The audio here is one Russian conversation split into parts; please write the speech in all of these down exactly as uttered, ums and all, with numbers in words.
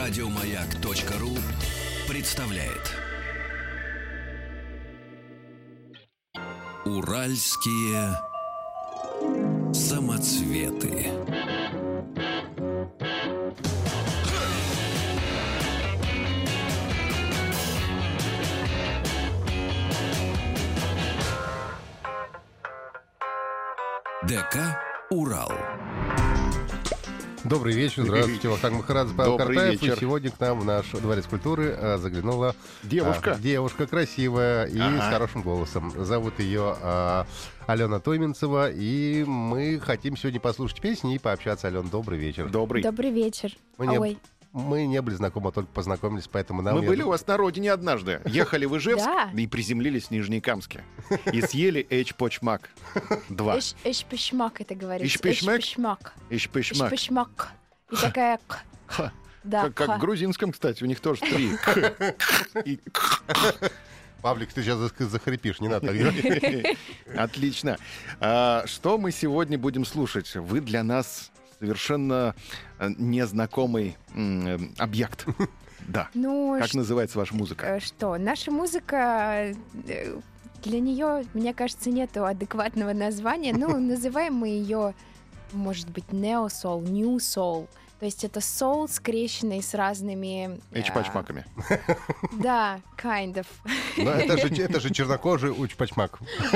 Радиомаяк.ру представляет Уральские самоцветы. ДК «Урал». Добрый вечер, здравствуйте, Вахтанг Махарадзе, Павел Добрый Картаев. вечер. И сегодня к нам в наш дворец культуры а, заглянула Девушка. а, девушка красивая и Ага. с хорошим голосом. Зовут ее а, Алена Тойминцева, и мы хотим сегодня послушать песни и пообщаться. Алена, добрый вечер. Добрый. Добрый вечер. Мы не, Ой. мы не были знакомы, а только познакомились, поэтому нам... Мы я были думаю, у вас на родине однажды. Ехали в Ижевск Да. и приземлились в Нижнекамске. И съели эчпочмак. Два. Эш- Эшпешмак это говорится. Эшпешмак? Эшпешмак. Эчпочмак. Эшпешмак. И такая... к. Ха. Да, Как, как ха. в грузинском, кстати, у них тоже три. К, к и к. Павлик, ты сейчас зах- захрипишь, не надо так делать. Отлично. А, что мы сегодня будем слушать? Вы для нас совершенно э, незнакомый м, объект. Да. Ну, Как ш- называется ваша музыка? э, что, наша музыка... э, Для нее, мне кажется, нету адекватного названия. Ну, называем мы ее, может быть, нео-сол, нью-сол. То есть это соул, скрещенный с разными... э, Эчпочмаками. Да, kind of. Но это же, это же чернокожий учпачмак.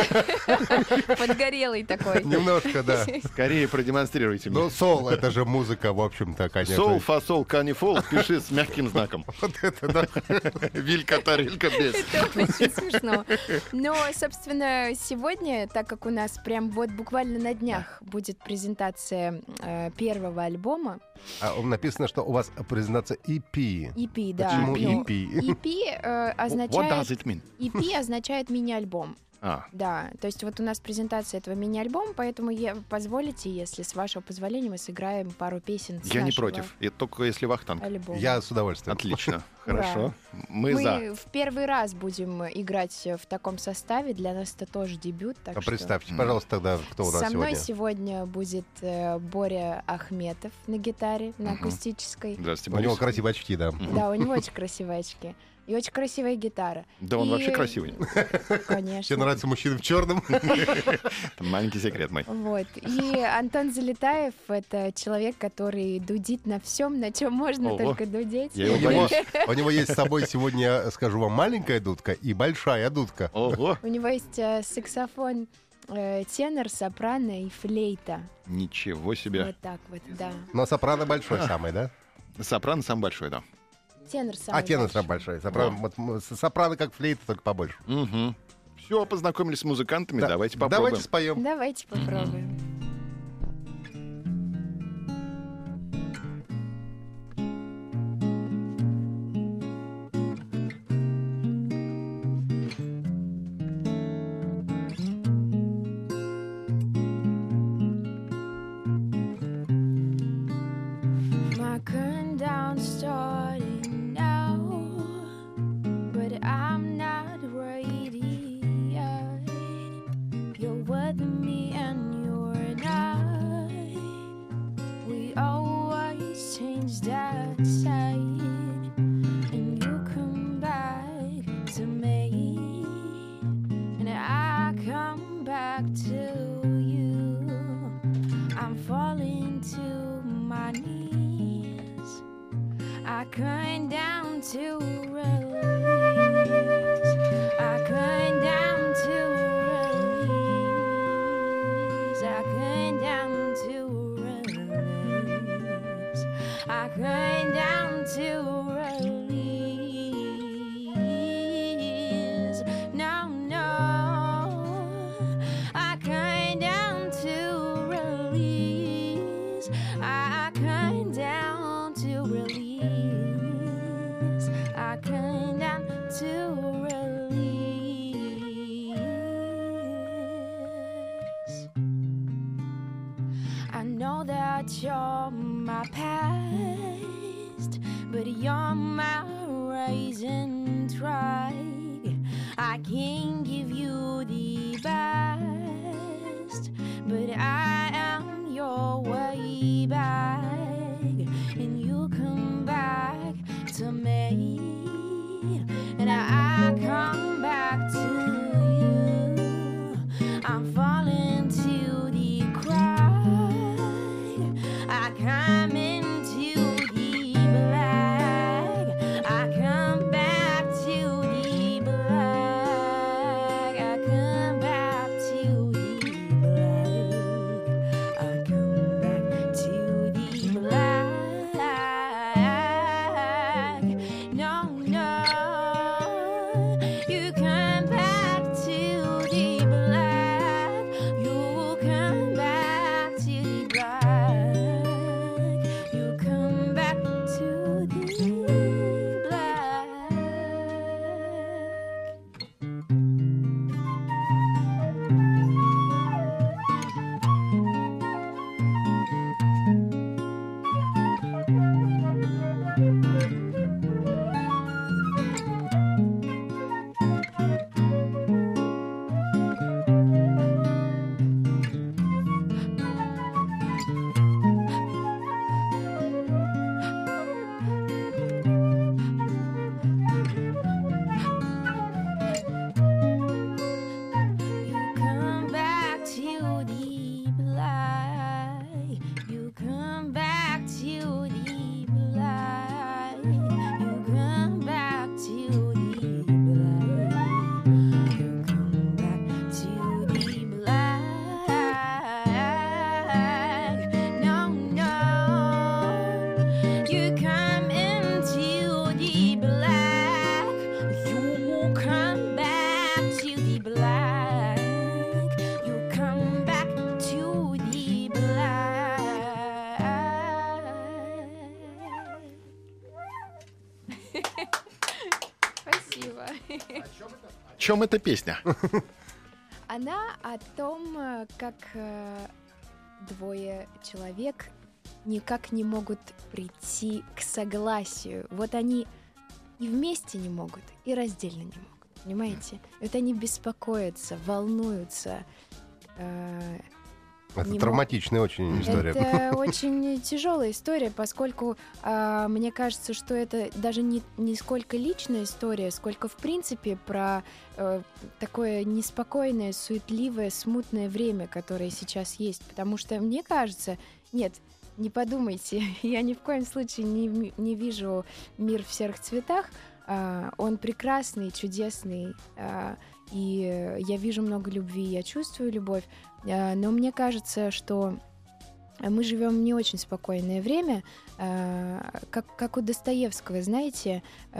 Подгорелый такой. Немножко, да. Скорее продемонстрируйте мне. Ну, сол, это же музыка, в общем-то, конечно. Сол, фасол, канифол, пиши с мягким знаком. Вот это, да. Вилька, тарелька, без. Это очень смешно. Но, собственно, сегодня, так как у нас прям вот буквально на днях будет презентация э, первого альбома, А написано, что у вас презентация и пи. и пи, да. Почему ну, и пи? и пи, э, What does означает... it mean? и пи означает мини-альбом. А, Да, то есть вот у нас презентация этого мини-альбома, поэтому я, позволите, если с вашего позволения, мы сыграем пару песен с я не нашего против. И только если Вахтанг. альбома. Я с удовольствием. Отлично. Ура. Хорошо. Мы Мы за. в первый раз будем играть в таком составе. Для нас это тоже дебют. Так А что представьте, М. пожалуйста, тогда, кто у нас со мной сегодня. сегодня будет э, Боря Ахметов на гитаре, на Мгм. акустической. Здравствуйте, У него Борис. красивые очки, да. Мгм. Да, у него очень красивые очки. И очень красивая гитара. Да он И- вообще красивый. Тебе Конечно. нравятся мужчины в черном? Это маленький секрет мой. Вот. И Антон Залетаев — это человек, который дудит на всем, на чем можно Ого. только дудеть. Я У его него, боюсь. у него есть с собой сегодня, скажу вам, маленькая дудка и большая дудка. Ого. У него есть э, саксофон, э, тенор, сопрано и флейта. Ничего себе. Вот так вот, да. Но сопрано большой А. самый, да? Сопрано самый большой, да. Тенор самый А тенор большой. самый большой. Сопрано, вот, м, с- сопрано как флейта, только побольше. Угу. Все, познакомились с музыкантами. Да. Давайте попробуем. Давайте споем. Давайте попробуем. My countdown starting now, but I'm not ready yet. You're with me and you're not. We always change that side, and you come back to me, and I come back to you. I'm falling to my knees. I climb down to release. I climb down to release. I climb down to release. I climb down to release. No, no. I climb down to release. I climb down to release. I climb down to release. I know that you're my past, but you're my rising tide. I can't give you the best, but I am your way back, and you come back чем эта песня? Она о том, э, как э, двое человек никак не могут прийти к согласию. Вот они и вместе не могут, и раздельно не могут. Понимаете? Вот они беспокоятся, волнуются. э, Это не травматичная очень история. Это очень тяжелая история, поскольку а, мне кажется, что это даже не, не сколько личная история, сколько в принципе про э, такое неспокойное, суетливое, смутное время, которое сейчас есть. Потому что мне кажется, нет, не подумайте, я ни в коем случае не, не вижу мир в серых цветах. А, он прекрасный, чудесный, а, и я вижу много любви, я чувствую любовь. Но мне кажется, что мы живем в не очень спокойное время, как, как у Достоевского, знаете,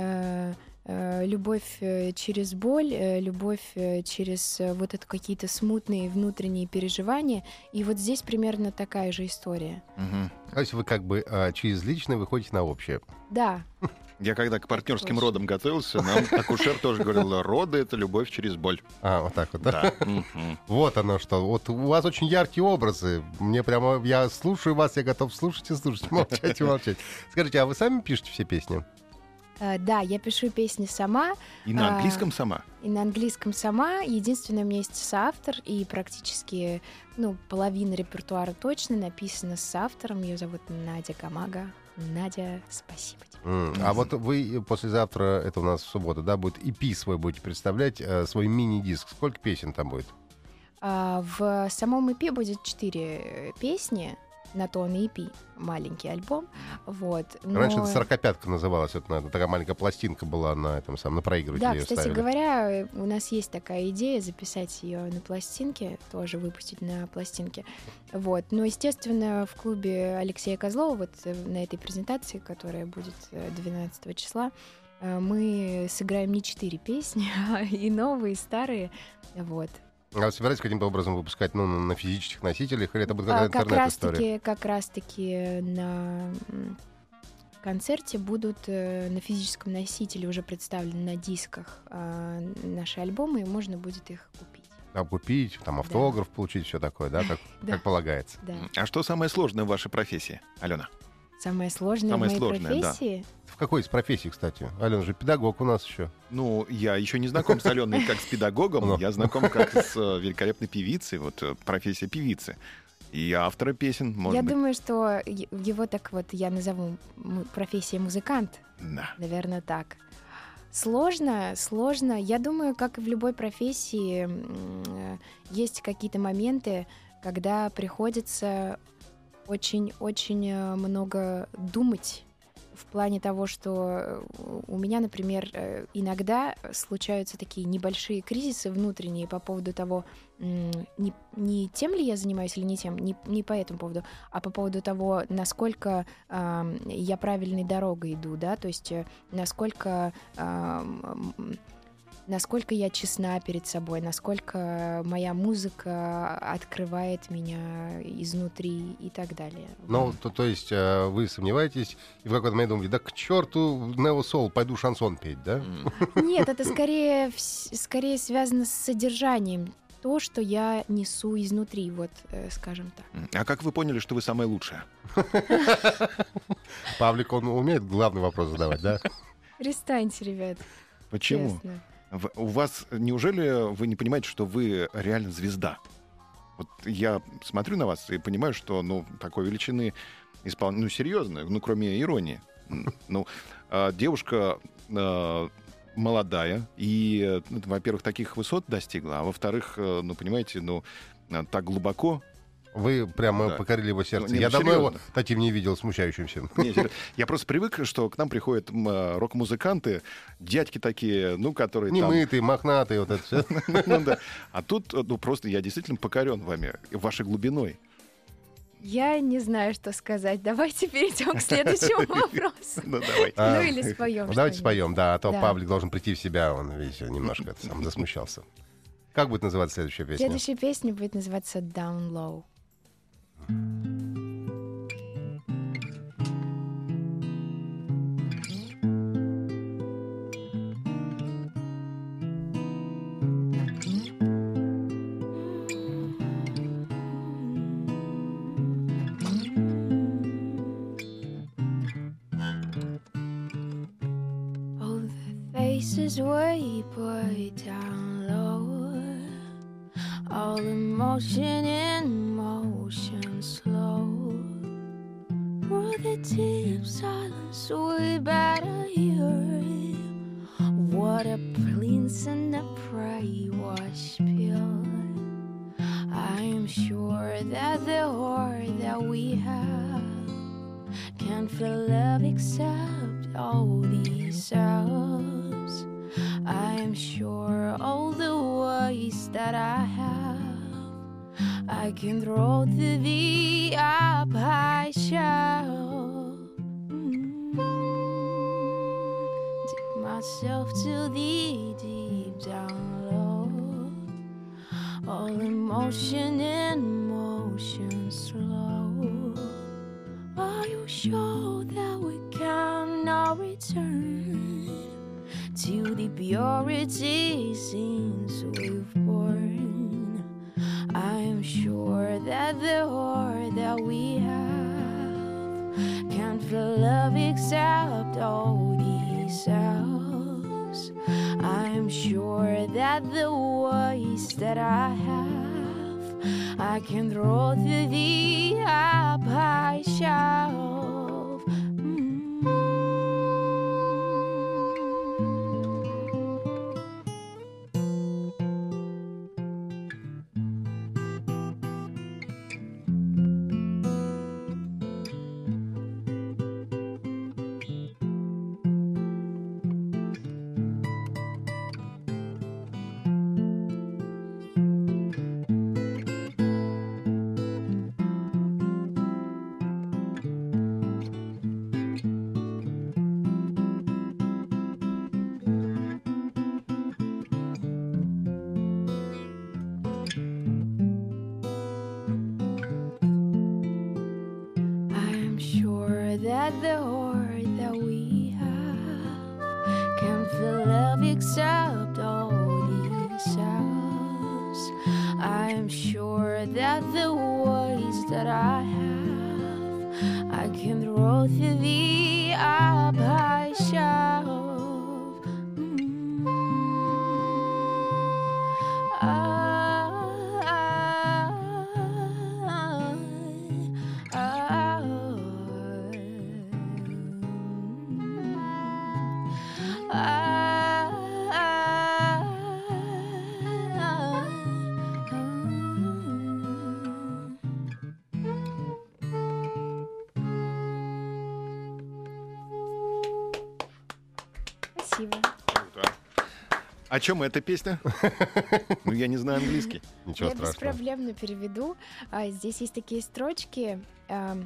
любовь через боль, любовь через вот это какие-то смутные внутренние переживания. И вот здесь примерно такая же история. Мгм. То есть вы как бы а, через личное выходите на общее. Да, Я когда к партнерским Точно. родам готовился, нам акушер тоже говорил, роды — это любовь через боль. А, вот так вот, да? Да. Мгм. Вот оно что. Вот у вас очень яркие образы. Мне прямо... Я слушаю вас, я готов слушать и слушать, молчать и молчать. Скажите, а вы сами пишете все песни? э, да, я пишу песни сама, И на А, английском сама. и на английском сама. Единственное, у меня есть соавтор, и практически, ну, половина репертуара точно написана с соавтором. Ее зовут Надя Камага. Надя, спасибо тебе. М, А вот вы послезавтра, это у нас суббота, да, будет и пи свой будете представлять, э, свой мини-диск. Сколько песен там будет? А, в самом и пи будет четыре песни, на то он и пи, маленький альбом. Вот. но- Раньше это сорокопятка называлась, это наверное, такая маленькая пластинка была на этом самом, на проигрывателе Да, её кстати ставили. говоря, у нас есть такая идея записать ее на пластинке, тоже выпустить на пластинке. Вот. Но, естественно, в клубе Алексея Козлова, вот э, на этой презентации, которая будет э, двенадцатого числа, э, мы сыграем не четыре песни, а и новые, и старые. Вот. А вы собираетесь каким-то образом выпускать ну, на на физических носителях, или это будет А, какая-то как интернет-история? раз-таки, как раз-таки на м, концерте будут э, на физическом носителе уже представлены на дисках а, наши альбомы, и можно будет их купить. Там купить, там автограф получить, все такое, да, как, Да. как полагается. Да. А что самое сложное в вашей профессии, Алена? Самое сложное Самое в моей сложное, да. профессии. В какой из профессий, кстати? Алена же педагог у нас еще. Ну, я еще не знаком с Аленой как с педагогом, Ну. я знаком как с э, великолепной певицей, вот э, профессия певицы. И автора песен, может Я быть. думаю, что е- его так вот я назову му- профессия музыкант, Да. наверное, так. Сложно, сложно. Я думаю, как и в любой профессии, м, э, есть какие-то моменты, когда приходится очень-очень э, много думать в плане того, что э, у меня, например, э, иногда случаются такие небольшие кризисы внутренние по поводу того, м, не, не тем ли я занимаюсь или не тем, не, не по этому поводу, а по поводу того, насколько ам, я правильной дорогой иду, да, то есть э, насколько ам, м, насколько я честна перед собой, насколько моя музыка открывает меня изнутри и так далее. Ну, то, то есть э, вы сомневаетесь, и в какой-то момент думаете, да к черту Нео Сол, пойду шансон петь, да? М. Нет, это скорее, вс- скорее связано с содержанием. То, что я несу изнутри, вот, э, скажем так. М. А как вы поняли, что вы самая лучшая? Павлик, он умеет главный вопрос задавать, да? Перестаньте, ребят, Почему? честно. В- У вас, неужели вы не понимаете, что вы реально звезда? Вот я смотрю на вас и понимаю, что, ну, такой величины исполнения, ну, серьезно, ну, кроме иронии. М, Ну, а, девушка а, молодая и, э, ну, во-первых, таких высот достигла, а во-вторых, э, ну, понимаете, ну, а, так глубоко. Вы прямо Да. покорили его сердце. Ну, не, Я ну, давно его серьезно. таким не видел, смущающимся. Не, серьезно. Я просто привык, что к нам приходят м, а, рок-музыканты, дядьки такие, ну, которые там... Немытый, мохнатый, вот это все. Ну да. А тут, э, ну, просто я действительно покорен вами, вашей глубиной. Я не знаю, что сказать. Давайте перейдем к следующему вопросу. Ну, давай. А, Ну или споем. Ну, давайте споем, да, а то Да. Павлик должен прийти в себя, он, видите, немножко это сам засмущался. Как будет называться следующая песня? Следующая песня будет называться Down Low. faces way put down low. All emotion in motion slow. For the deep silence we better hear. What a prince and a prey was pure. I am sure that the heart that we have can't feel love except all these selves. I am sure all the ways that I have I can throw to the up high shelf. Mm-hmm. Take myself to the deep down low. All emotion in motion slow. Are you sure that we cannot return to the purity since we've born? I am sure that the heart that we have can't feel love except all these selves. I am sure that the voice that I have I can throw to the up high shelf. Mm-hmm. That the heart that we have can't feel love except all these selves. I am sure that the voice that I have I can throw to the up high shelf. Mm-hmm. I Спасибо. Круто. О чем эта песня? Ну, я не знаю английский. Ничего Я страшного. беспроблемно переведу. А, здесь есть такие строчки. А,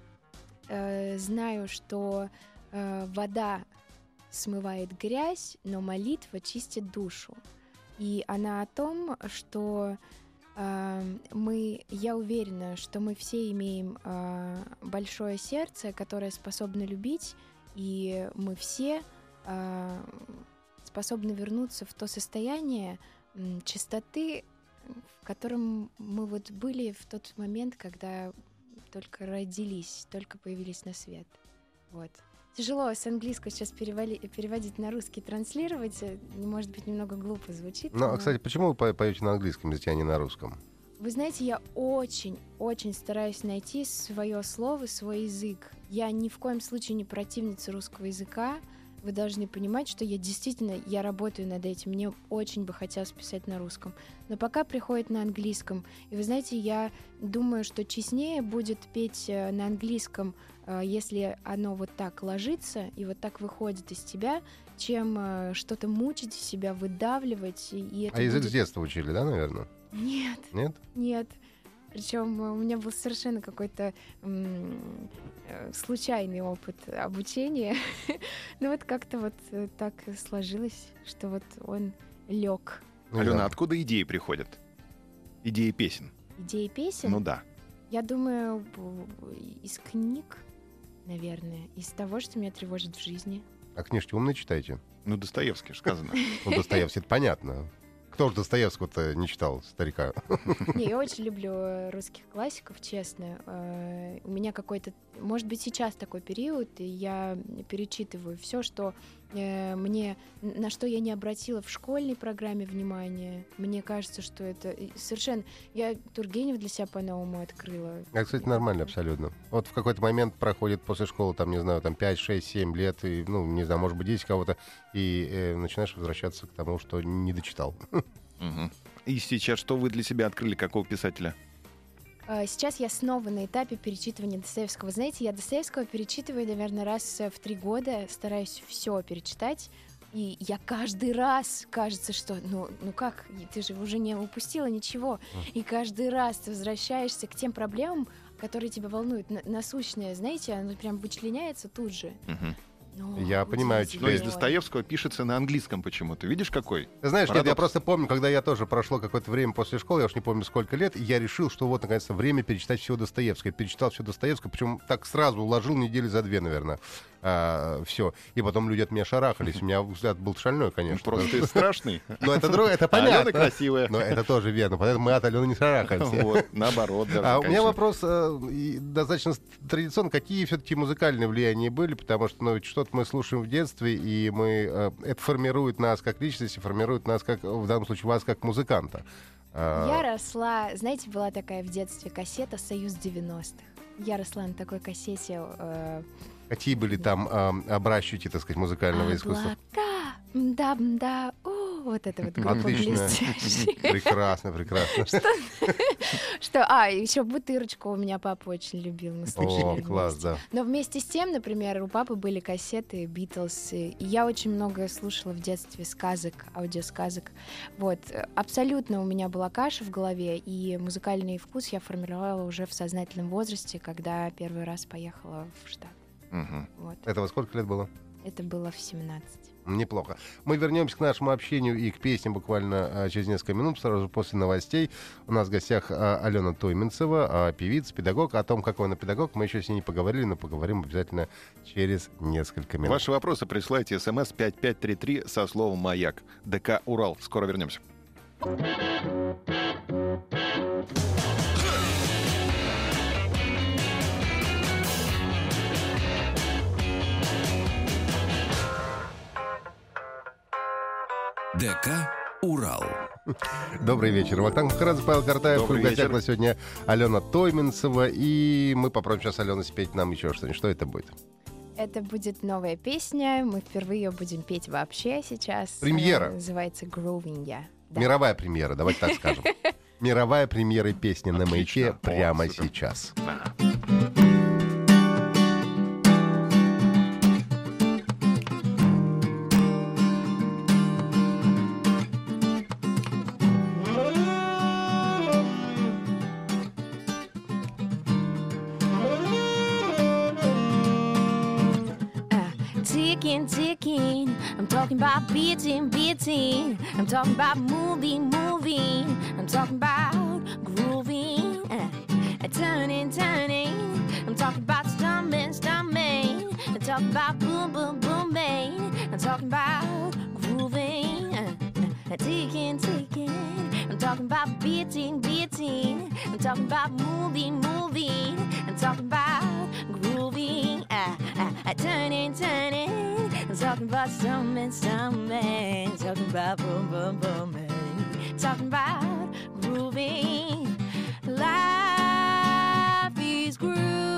а, знаю, что а, вода смывает грязь, но молитва чистит душу. И она о том, что а, мы, я уверена, что мы все имеем а, большое сердце, которое способно любить, и мы все а, способны вернуться в то состояние м, чистоты, в котором мы вот были в тот момент, когда только родились, только появились на свет. Вот. Тяжело с английского сейчас перевали, переводить на русский, транслировать. Может быть, немного глупо звучит. Ну, но... а, кстати, почему вы по- поете на английском языке, а не на русском? Вы знаете, я очень-очень стараюсь найти свое слово, свой язык. Я ни в коем случае не противница русского языка. Вы должны понимать, что я действительно, я работаю над этим. Мне очень бы хотелось писать на русском. Но пока приходит на английском. И вы знаете, я думаю, что честнее будет петь на английском, если оно вот так ложится и вот так выходит из тебя, чем что-то мучить себя, выдавливать. И это А язык будет... с детства учили, да, наверное? Нет. Нет? Нет. Причем у меня был совершенно какой-то м- случайный опыт обучения. Ну вот как-то вот так сложилось, что вот он лег. Ну, Алена, да. откуда идеи приходят? Идеи песен. Идеи песен? Ну да. Я думаю, из книг, наверное, из того, что меня тревожит в жизни. А книжки умные читаете? Ну, Достоевский же сказано. Ну, Достоевский, это понятно. Кто же Достоевского-то не читал, старика? Не, я очень люблю русских классиков, честно. У меня какой-то, может быть, сейчас такой период, и я перечитываю все, что э, мне, на что я не обратила в школьной программе внимания. Мне кажется, что это совершенно... Я Тургенев для себя по-новому открыла. А, кстати, нормально абсолютно. Вот в какой-то момент проходит после школы, там, не знаю, там пять, шесть, семь лет, и, ну, не знаю, может быть, десять кого-то, и э, начинаешь возвращаться к тому, что не дочитал. Угу. И сейчас что вы для себя открыли? Какого писателя? Сейчас я снова на этапе перечитывания Достоевского. Знаете, я Достоевского перечитываю, наверное, раз в три года, стараюсь все перечитать. И я каждый раз, кажется, что, ну, ну как, ты же уже не упустила ничего. И каждый раз ты возвращаешься к тем проблемам, которые тебя волнуют, на- насущные, знаете, оно прям вычленяется тут же. Угу. Ну, Я понимаю удивительно. Но теперь. из Достоевского пишется на английском почему-то. Видишь, какой? Ты знаешь, нет, я Парадокс. просто помню, когда я тоже прошло какое-то время после школы, я уж не помню сколько лет, и я решил, что вот, наконец-то, время перечитать все Достоевское. Перечитал все Достоевское, причем так сразу уложил недели за две, наверное. А, все. И потом люди от меня шарахались. У меня взгляд был шальной, конечно. Просто ты страшный. Но это другое, это А Алена понятно. красивая. Но это тоже верно, поэтому мы от Алены не шарахаемся. Вот, наоборот. даже, А у меня конечно. вопрос э, и достаточно с- традиционно. Какие все-таки музыкальные влияния были? Потому что ну, ведь что-то мы слушаем в детстве, и мы, э, это формирует нас как личность, и формирует нас, как, в данном случае, вас как музыканта. А, Я росла, знаете, была такая в детстве кассета «Союз девяностых». Я росла на такой кассете. э, Какие были там э, образчики, так сказать, музыкального искусства? «Облака, мда-мда, о», вот это вот группа Отлично. блестящая. Прекрасно, прекрасно. Что, а, еще «Бутырочку» у меня папа очень любил, мы слушали О, класс, вместе. да. Но вместе с тем, например, у папы были кассеты «Битлз», и я очень много слушала в детстве сказок, аудиосказок. Вот, абсолютно у меня была каша в голове, и музыкальный вкус я формировала уже в сознательном возрасте, когда первый раз поехала в Штат. Мгм. Вот, Этого сколько лет было? это было в семнадцать. Неплохо. Мы вернемся к нашему общению и к песням буквально а, через несколько минут, сразу после новостей. У нас в гостях а, Алена Тойминцева, а, певица, педагог. О том, какой она педагог, мы еще с ней не поговорили, но поговорим обязательно через несколько минут. Ваши вопросы присылайте смс пять пять три три со словом «Маяк». ДК «Урал». Скоро вернемся. ДК «Урал». Добрый вечер. Вахтанг Махарадзе, Павел Картаев. Добрый В гостях вечер. у нас сегодня Алена Тойминцева. И мы попробуем сейчас Алену спеть нам еще что-нибудь. Что это будет? Это будет новая песня, мы впервые ее будем петь вообще сейчас. Премьера. Э, Называется «Grooving», я. Да. Мировая премьера, давайте так скажем. Мировая премьера песни на маяке Отлично. О, прямо супер. сейчас. Ticking, ticking. I'm talking about beating, beating. I'm talking about moving, moving. I'm talking about grooving. Uh, turning, turning. I'm talking about stumbling, stumbling. I'm talking about boom, boom, booming. I'm talking about grooving. Uh, ticking, ticking. I'm talking about beating, beating. I'm talking about moving, moving. I'm talking about grooving. Uh, uh, uh, turning, turning. I'm talking about stumbling, stumbling. Talking about boom, boom, booming. Talking about grooving. Life is groove.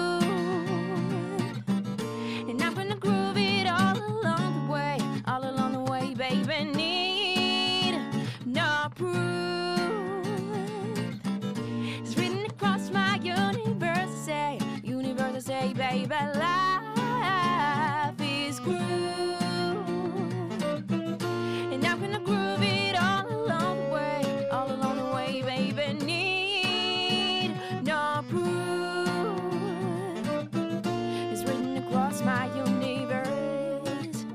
And I'm gonna groove it all along the way. All along the way, baby. Need no proof. It's written across my universe to say, universe to say, baby, life is groove. And I'm gonna groove it all along the way, all along the way, baby. Need no proof. It's written across my universe.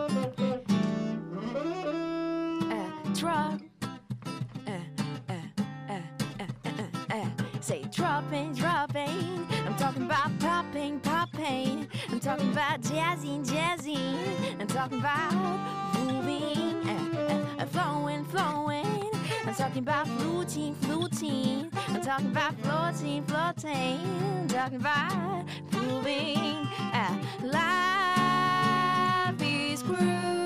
Uh, drop. Uh, uh, uh, uh, uh, uh, uh. Say dropping, dropping. I'm talking about popping, popping. I'm talking about jazzing, jazzing. I'm talking about moving, uh, uh, uh, flowing, flowing. I'm talking about fluting, fluting. I'm talking about floating, floating. I'm talking about moving. Uh, life is groove.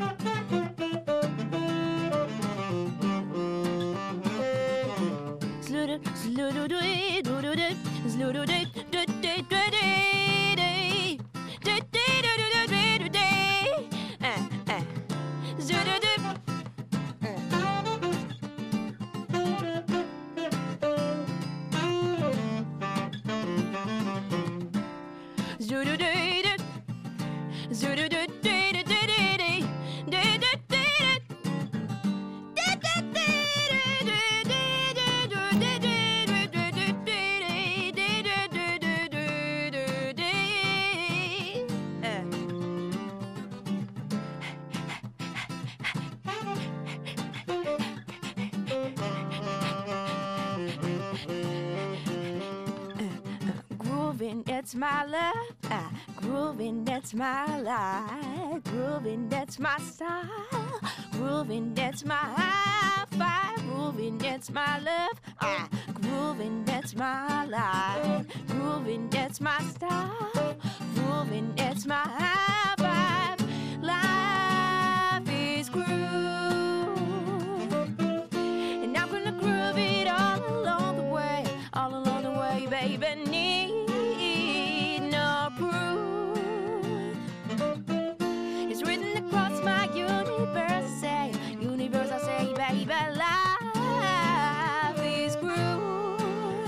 Grooving, that's my love. Ah, grooving, that's my life. Grooving, that's my style. Grooving, that's my high five. Grooving, that's my love. Ah, grooving, that's my life. Grooving, that's my style. Grooving, that's my high five. Life is groove, and I'm gonna groove it all along the way, all along the way, baby. Need no proof. It's written across my universe. I say, universe, I say, baby, life is groove,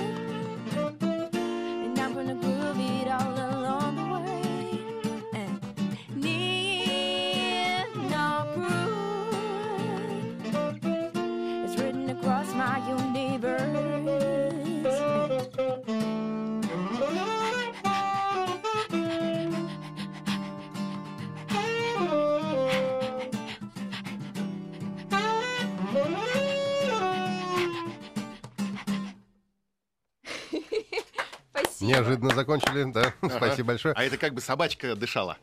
and I'm gonna groove it all along the way. And need no proof. It's written across my universe. Спасибо. Неожиданно закончили, да? Спасибо большое. А это как бы собачка дышала.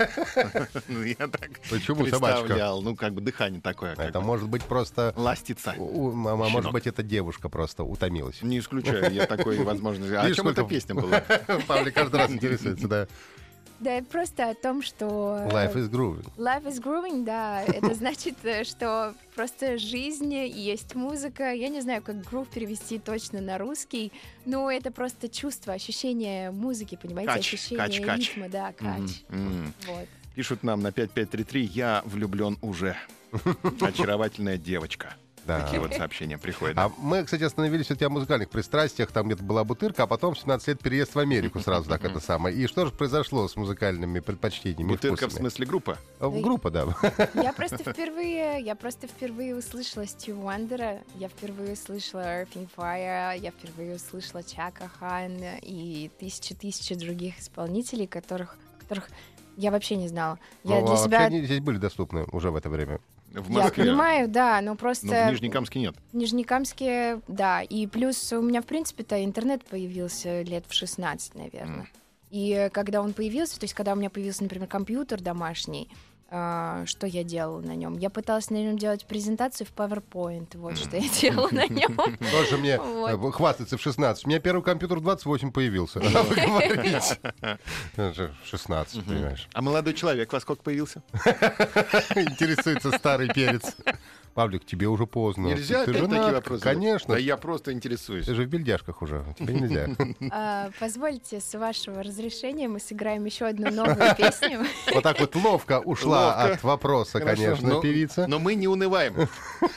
Ну, я так Почему собачка? представлял. Ну, как бы дыхание такое. как Это бы. может быть просто... Ластится. у- а Может Щенок. быть, эта девушка просто утомилась. Не исключаю, я такой возможности. А о Видишь, чем эта сколько- песня была? Павлик каждый раз интересуется, да. Да, просто о том, что... Life is grooving. Life is grooving, да. Это значит, э, что просто жизнь, есть музыка. Я не знаю, как groove перевести точно на русский, но это просто чувство, ощущение музыки, понимаете? Кач, ощущение кач, кач. ритма, да, кач. М. Вот. Пишут нам на пять пять три три: я влюблен уже. Очаровательная девочка. Да. Такие вот сообщения приходят. А мы, кстати, остановились все-таки о музыкальных пристрастиях. Там где-то была Бутырка, а потом в семнадцать лет переезд в Америку сразу так это самое. И что же произошло с музыкальными предпочтениями? и Бутырка в вкусами? смысле группа? А, в Группа, да. Я просто впервые, я просто впервые услышала Стиву Уандера, я впервые услышала Earth and Fire, я впервые услышала Чака Хан и тысячи-тысячи других исполнителей, которых, которых я вообще не знала. Я Ну, для а себя... вообще они здесь были доступны уже в это время. В Я Москве. понимаю, да, но просто... Но в Нижнекамске нет. В Нижнекамске, да. И плюс у меня, в принципе-то, интернет появился лет в шестнадцать, наверное. М. И когда он появился, то есть когда у меня появился, например, компьютер домашний, а, что я делала на нем? Я пыталась на нем делать презентацию в PowerPoint. Вот что я делала на нем. Тоже мне Вот. э, хвастаться в шестнадцать. У меня первый компьютер в двадцать восемь появился. А вы говорите. Это же шестнадцать, понимаешь. А молодой человек во сколько появился? Интересуется старый перец. Павлик, тебе уже поздно. Нельзя Ты опять женат? такие вопросы? Конечно. Да я просто интересуюсь. Ты же в бельдяшках уже. Тебе нельзя. А, Позвольте, с вашего разрешения, мы сыграем еще одну новую песню. Вот так вот ловко ушла Ловко. от вопроса, Хорошо, конечно, но- певица. Но мы не унываем.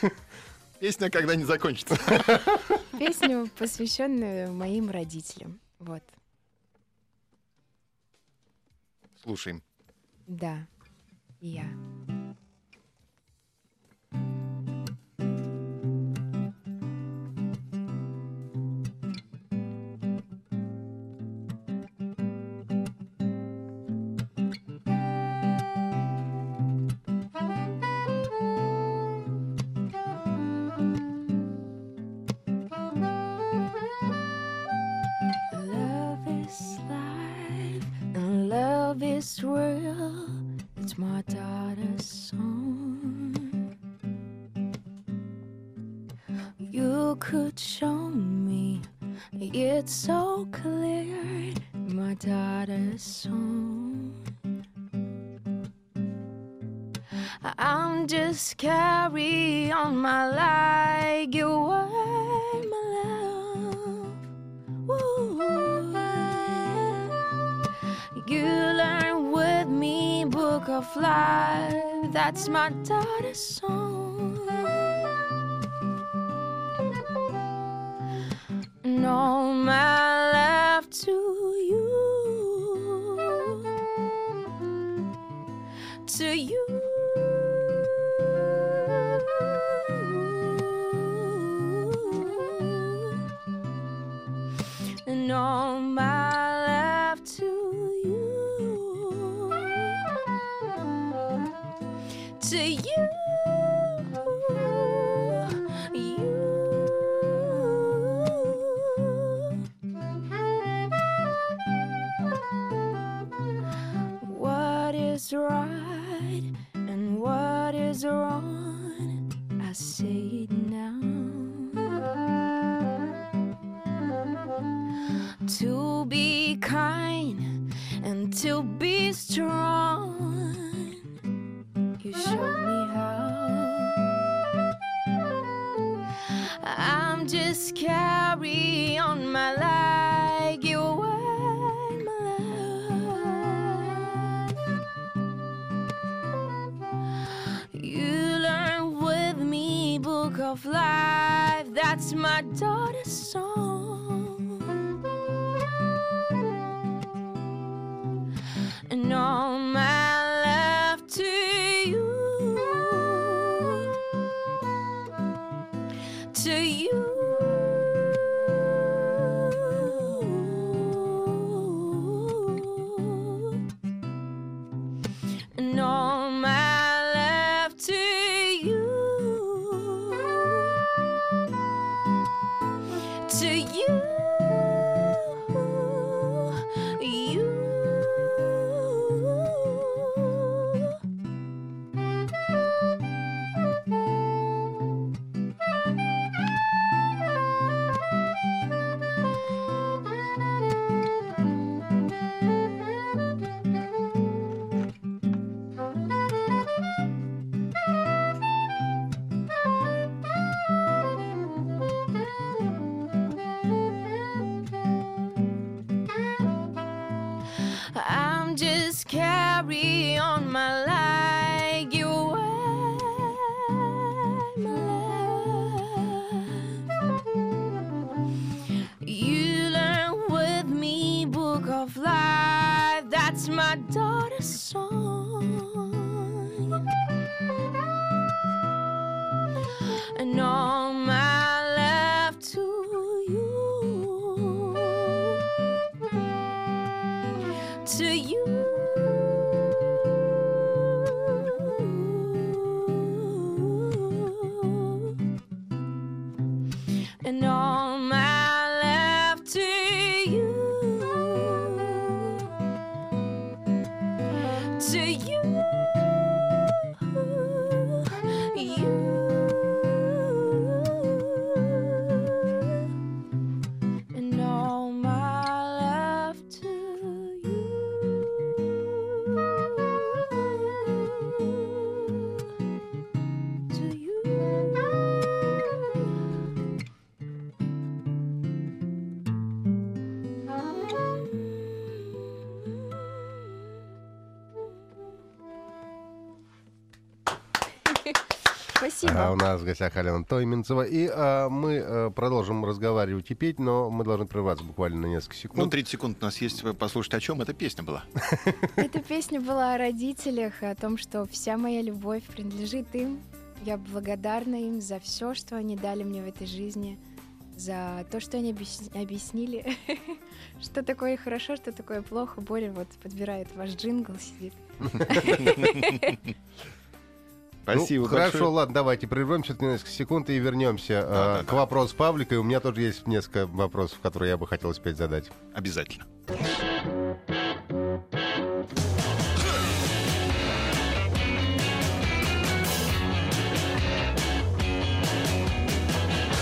Песня когда не закончится. Песню, посвященную моим родителям. Вот, Слушаем. да, я. Love is life and love is real. It's my daughter's song. You could show me it's so clear. My daughter's song. I'm just carry on my like you were my love. Ooh. You learn with me book of life. That's my daughter's song. And all my love to you, to you. And all my love to you, to you, you. What is right and what is wrong, I say it now. To be kind and to be strong, you show me how. I'm just carry on my like you were my love. You learn with me book of life. That's my daughter's song. And all my love to you, to you. And all my love to you, to you, you. I'm just carry on my like you were my love. You learn with me book of life. That's my daughter's song. And all my love to you, to you. And all my love to you, to you, you. And all my love to you, to you. Спасибо. А у нас в гостях Алена Тойминцева. И а, мы а, продолжим разговаривать и петь, но мы должны прерваться буквально на несколько секунд. Ну, тридцать секунд у нас есть послушать, о чем эта песня была. Эта песня была о родителях, о том, что вся моя любовь принадлежит им. Я благодарна им за все, что они дали мне в этой жизни, за то, что они объяс- объяснили, что такое хорошо, что такое плохо. Боря вот подбирает ваш джингл, сидит. Спасибо Ну, хорошо, большое. ладно, давайте прервемся на несколько секунд и вернемся Да, а, да, к да. вопросу Павлика. И у меня тоже есть несколько вопросов, которые я бы хотел успеть задать. Обязательно.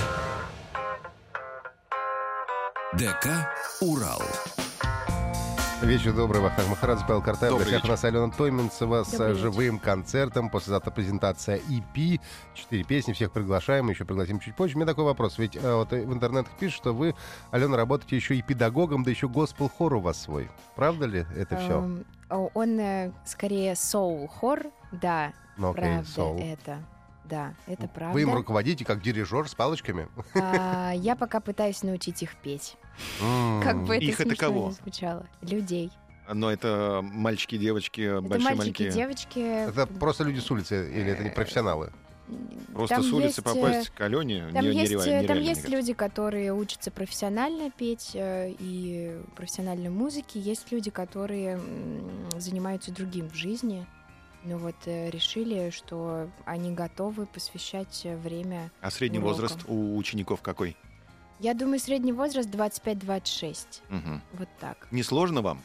ДК «Урал». Вечер добрый, Вахтанг Махарадзе, Павел Картаев. В Добрый гостях у вечер. нас Алена Тойминцева с Добрый живым концертом. Послезавтра презентация и пи. Четыре песни, всех приглашаем, еще пригласим чуть позже. У меня такой вопрос. Ведь э, вот в интернетах пишут, что вы, Алена, работаете еще и педагогом, да еще госпел-хор у вас свой. Правда ли это все? Эм, о, Он э, скорее соул-хор, да, Ну, окей, правда соул. это. Да, это правда. Вы им руководите как дирижер с палочками? А, я пока пытаюсь научить их петь. М. Как бы это Их это смешно кого? не звучало. Людей. Но это мальчики, девочки, Это большие, мальчики, маленькие. девочки. Это просто люди с улицы или это не профессионалы? Просто Там с улицы есть, э, попасть к Алене Там не- есть, нереально, э, там нереально, есть мне люди, которые учатся профессионально петь э, и профессиональной музыке. Есть люди, которые м, занимаются другим в жизни. Но вот э, решили, что они готовы посвящать э, время. кажется. А средний урокам. возраст у учеников какой? Я думаю, средний возраст двадцать пять двадцать шесть. Мгм. Вот так. Не сложно вам?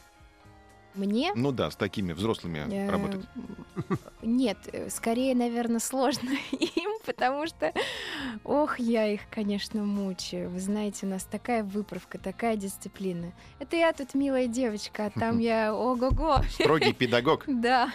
Мне? Ну да, с такими взрослыми Э, работать. Нет, э, скорее, наверное, сложно им, потому что, ох, я их, конечно, мучаю. Вы знаете, у нас такая выправка, такая дисциплина. Это я тут милая девочка, а там я ого-го. Строгий педагог. Да.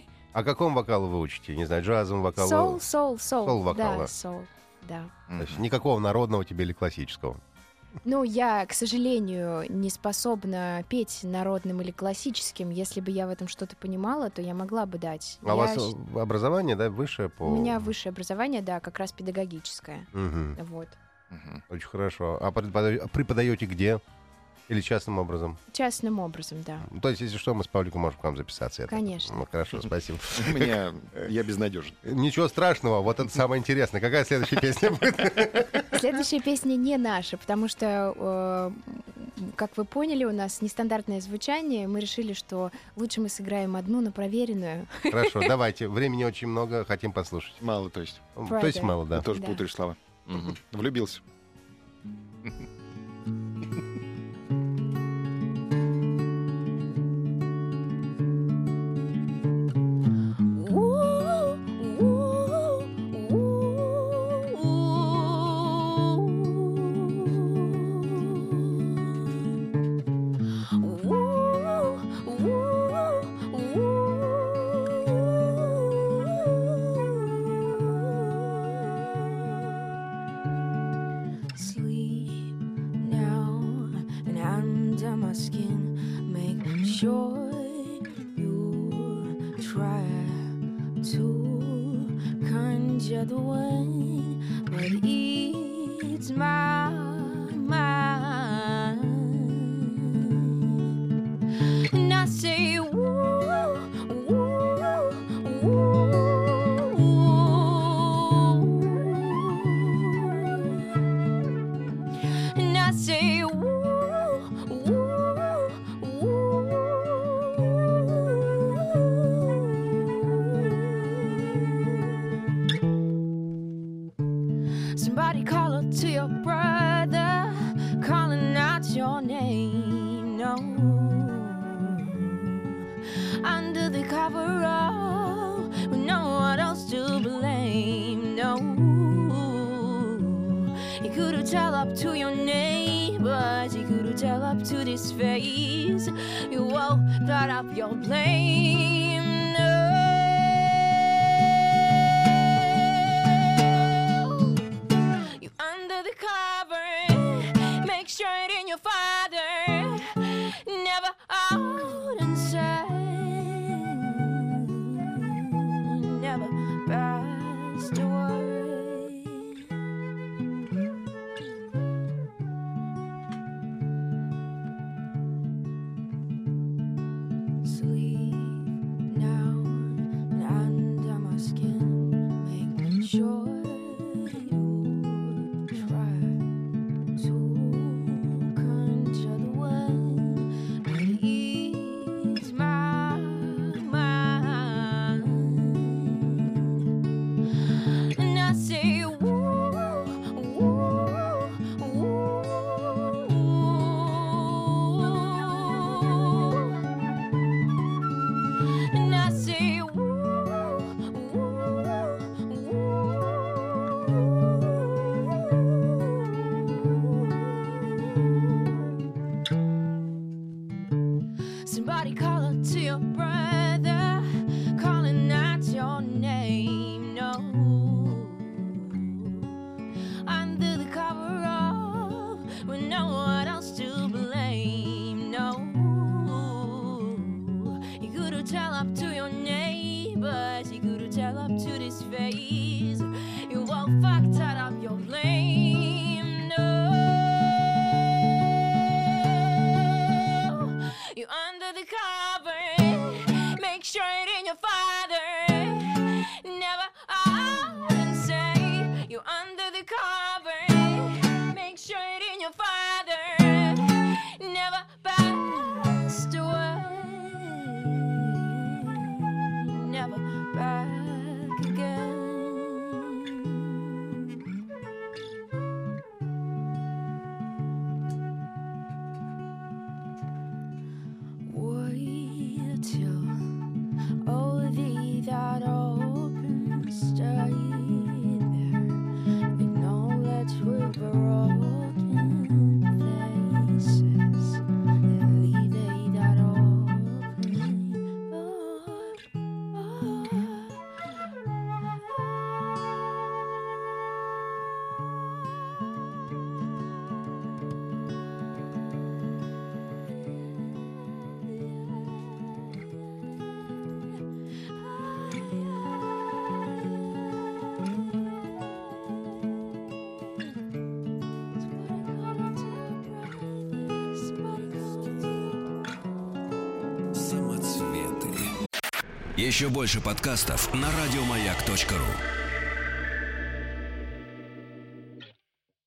А какому вокалу вы учите? Не знаю, джазовому вокалу? Соул, соул, соул. Соул-вокала. Да, соул, да. То есть никакого народного тебе или классического? Ну, я, к сожалению, не способна петь народным или классическим. Если бы я в этом что-то понимала, то я могла бы дать. А у Я вас щ- э, образование, да, высшее по... У меня высшее образование, да, как раз педагогическое. Мгм. Вот. Мгм. Очень хорошо. А препода- преподаете где? Или частным образом? Частным образом, да. Ну, то есть, если что, мы с Павликом можем к вам записаться. я так- Конечно. Ну, хорошо, спасибо. У меня я безнадежен. Ничего страшного, вот это самое интересное. Какая следующая песня будет? Следующая песня не наша, потому что, э, как вы поняли, у нас нестандартное звучание. Мы решили, что лучше мы сыграем одну, но проверенную. Хорошо, давайте. Времени очень много, хотим послушать. Мало, то есть. То есть Friday. мало, да. Ты тоже Да. путаешь слова. Мгм. Влюбился. Sleep now and under my skin. Make sure you try to conjure the wind, but it's my mind. And I say, woo, woo, woo. And I say, woo, woo, woo. Somebody call up to your brother, calling out your name. No, under the cover of, with no one else to blame. No, you could have tell up to your neighbors, you could have tell up to this face. You all brought up your blame. No. You under the cover, make sure it ain't your father. Never out inside, never passed away. Sleep up to this phase. You all fucked out of your blame. No, you under the cover. Make sure it ain't your father. Never out and say you under the cover. Make sure it ain't your father. Never passed away. Never back again. Wait till all thee that open stay there. Acknowledge we're broken faces and leave they that open. Oh, Самоцветы. Еще больше подкастов на радиомаяк точка ру.